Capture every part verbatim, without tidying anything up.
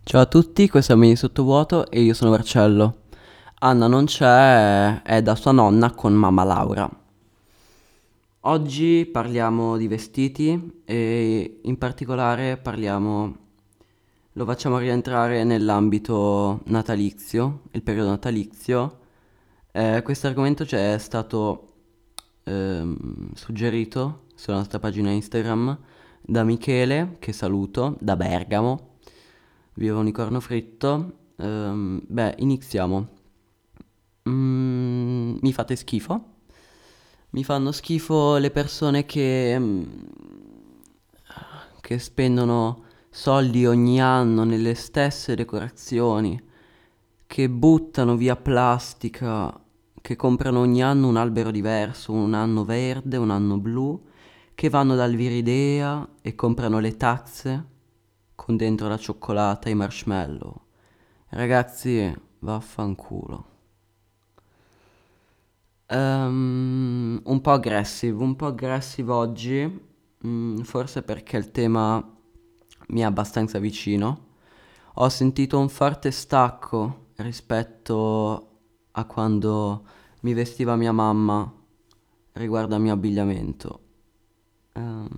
Ciao a tutti, questo è Mini Sottovuoto e io sono Marcello. Anna non c'è, è da sua nonna con mamma Laura. Oggi parliamo di vestiti e in particolare parliamo, lo facciamo rientrare nell'ambito natalizio, il periodo natalizio. Eh, questo argomento ci è stato ehm, suggerito sulla nostra pagina Instagram da Michele, che saluto, da Bergamo. Viva Unicorno Fritto. Ehm, beh, iniziamo. Mm, mi fate schifo? Mi fanno schifo le persone che, mm, che spendono soldi ogni anno nelle stesse decorazioni, che buttano via plastica, che comprano ogni anno un albero diverso, un anno verde, un anno blu, che vanno dal Viridea e comprano le tazze con dentro la cioccolata e i marshmallow. Ragazzi, vaffanculo. Ehm, un po' aggressive, un po' aggressive oggi, mm, forse perché il tema mi è abbastanza vicino. Ho sentito un forte stacco rispetto a quando mi vestiva mia mamma riguardo al mio abbigliamento. Ehm,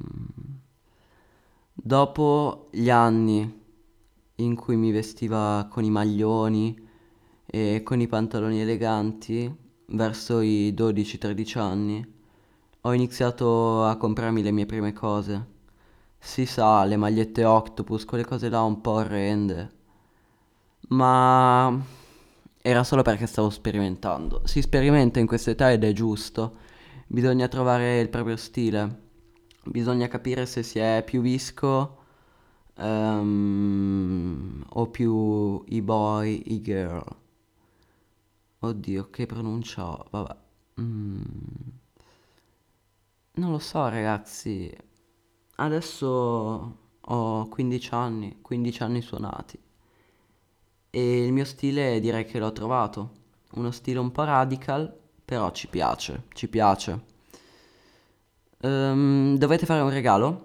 Dopo gli anni in cui mi vestiva con i maglioni e con i pantaloni eleganti, verso i dodici tredici anni, ho iniziato a comprarmi le mie prime cose. Si sa, le magliette Octopus, quelle cose là un po' orrende, ma era solo perché stavo sperimentando. Si sperimenta in questa età ed è giusto. Bisogna trovare il proprio stile. Bisogna capire se si è più visco ehm, o più i boy, i girl. Oddio, che pronuncia ho? Vabbè. Mm, non lo so, ragazzi. Adesso ho quindici anni, quindici anni suonati. E il mio stile direi che l'ho trovato. Uno stile un po' radical, però ci piace, ci piace. Ehm, dovete fare un regalo?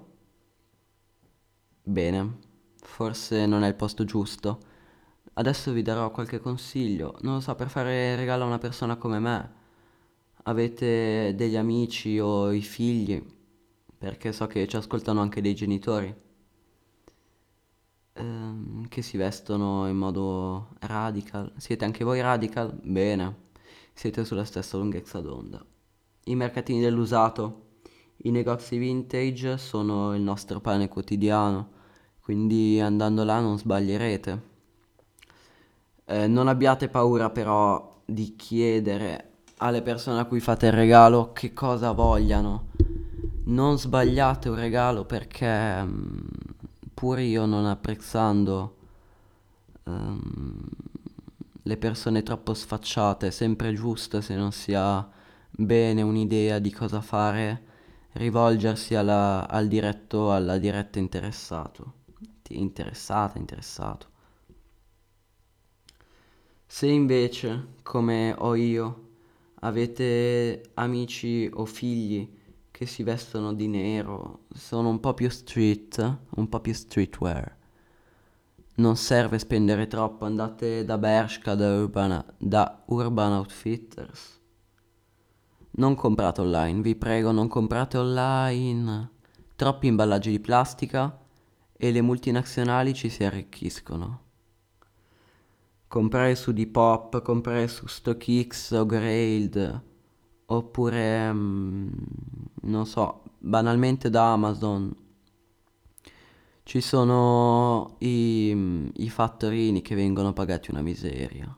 Bene, forse non è il posto giusto. Adesso vi darò qualche consiglio. Non lo so, per fare regalo a una persona come me, avete degli amici o i figli, perché so che ci ascoltano anche dei genitori, ehm, che si vestono in modo radical. Siete anche voi radical? Bene, siete sulla stessa lunghezza d'onda. I mercatini dell'usato, i negozi vintage sono il nostro pane quotidiano, quindi andando là non sbaglierete. Eh, non abbiate paura però di chiedere alle persone a cui fate il regalo che cosa vogliano. Non sbagliate un regalo perché mm, pur io non apprezzando ehm, le persone troppo sfacciate, è sempre giusto se non si ha bene un'idea di cosa fare, rivolgersi alla- al diretto, alla diretta interessato. Interessata, interessato. Se invece, come ho io, avete amici o figli che si vestono di nero, sono un po' più street, un po' più streetwear, non serve spendere troppo, andate da Bershka, da Urban, da Urban Outfitters. Non comprate online, vi prego, non comprate online. Troppi imballaggi di plastica e le multinazionali ci si arricchiscono. Comprare su Depop, comprare su StockX o Grailed, oppure, mm, non so, banalmente da Amazon. Ci sono i, i fattorini che vengono pagati una miseria.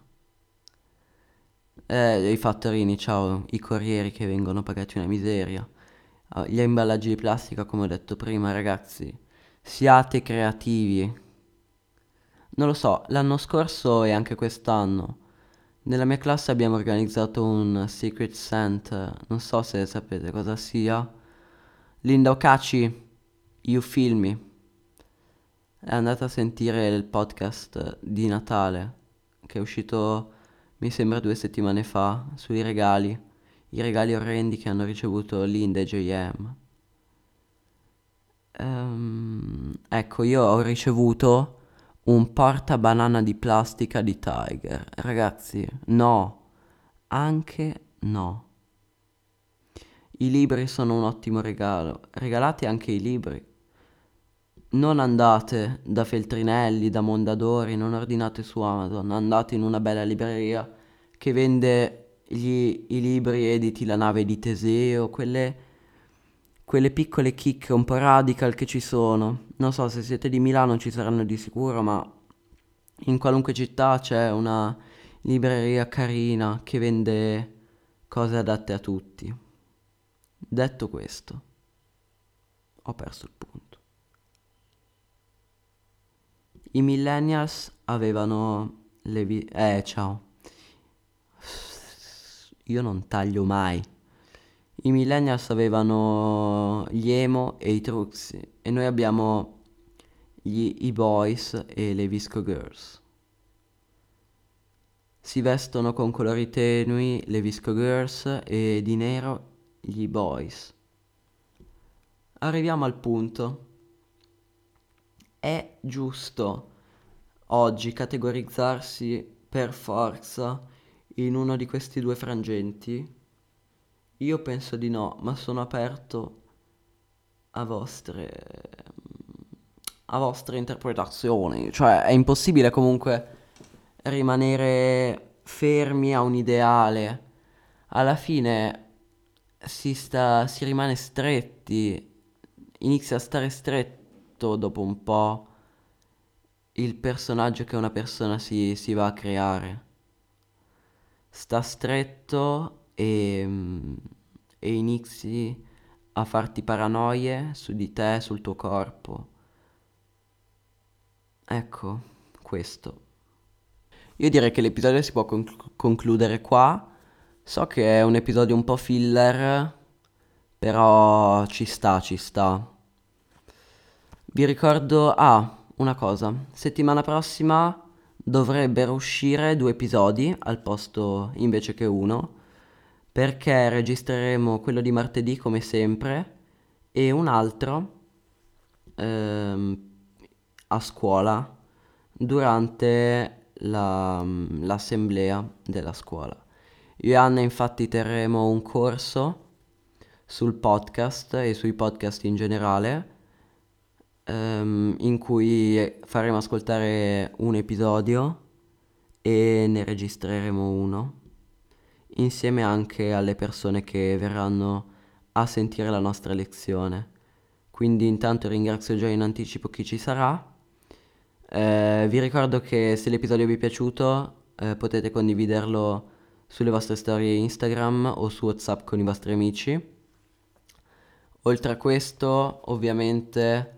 Eh, i fattorini, ciao, i corrieri che vengono pagati una miseria. Ah, gli imballaggi di plastica, come ho detto prima, ragazzi, siate creativi. Non lo so, l'anno scorso e anche quest'anno nella mia classe abbiamo organizzato un Secret Santa, non so se sapete cosa sia. Linda Okachi, You Feel Me. È andata a sentire il podcast di Natale, che è uscito, mi sembra, due settimane fa, sui regali. I regali orrendi che hanno ricevuto Linda e J M. Ehm, ecco, io ho ricevuto un portabanana di plastica di Tiger. Ragazzi, no, anche no. I libri sono un ottimo regalo, regalate anche i libri. Non andate da Feltrinelli, da Mondadori, non ordinate su Amazon, andate in una bella libreria che vende gli- i libri editi La nave di Teseo, quelle, quelle piccole chicche un po' radical che ci sono. Non so, se siete di Milano ci saranno di sicuro, ma in qualunque città c'è una libreria carina che vende cose adatte a tutti. Detto questo, ho perso il punto. I millennials avevano le vi- Eh, ciao. Io non taglio mai. I millennials avevano gli emo e i truxi e noi abbiamo gli e-boys e le visco girls. Si vestono con colori tenui le visco girls e di nero gli boys. Arriviamo al punto. È giusto oggi categorizzarsi per forza in uno di questi due frangenti? Io penso di no, ma sono aperto a vostre a vostre interpretazioni. Cioè, è impossibile comunque rimanere fermi a un ideale. Alla fine si sta, si rimane stretti, inizia a stare stretto dopo un po' il personaggio che una persona si, si va a creare. Sta stretto e, mm, e inizi a farti paranoie su di te, sul tuo corpo. Ecco, questo. Io direi che l'episodio si può conc- concludere qua. So che è un episodio un po' filler, però ci sta, ci sta. Vi ricordo, ah, una cosa. Settimana prossima dovrebbero uscire due episodi al posto invece che uno, perché registreremo quello di martedì come sempre e un altro ehm, a scuola durante la- l'assemblea della scuola. Io e Anna infatti terremo un corso sul podcast e sui podcast in generale, ehm, in cui faremo ascoltare un episodio e ne registreremo uno, insieme anche alle persone che verranno a sentire la nostra lezione. Quindi intanto ringrazio già in anticipo chi ci sarà. Eh, vi ricordo che se l'episodio vi è piaciuto, eh, potete condividerlo sulle vostre storie Instagram o su WhatsApp con i vostri amici. Oltre a questo, ovviamente,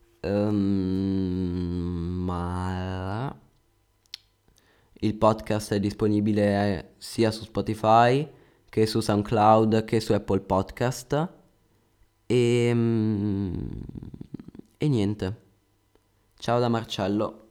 ehm, ma il podcast è disponibile sia su Spotify che su SoundCloud che su Apple Podcast. E, mm, e niente. Ciao da Marcello.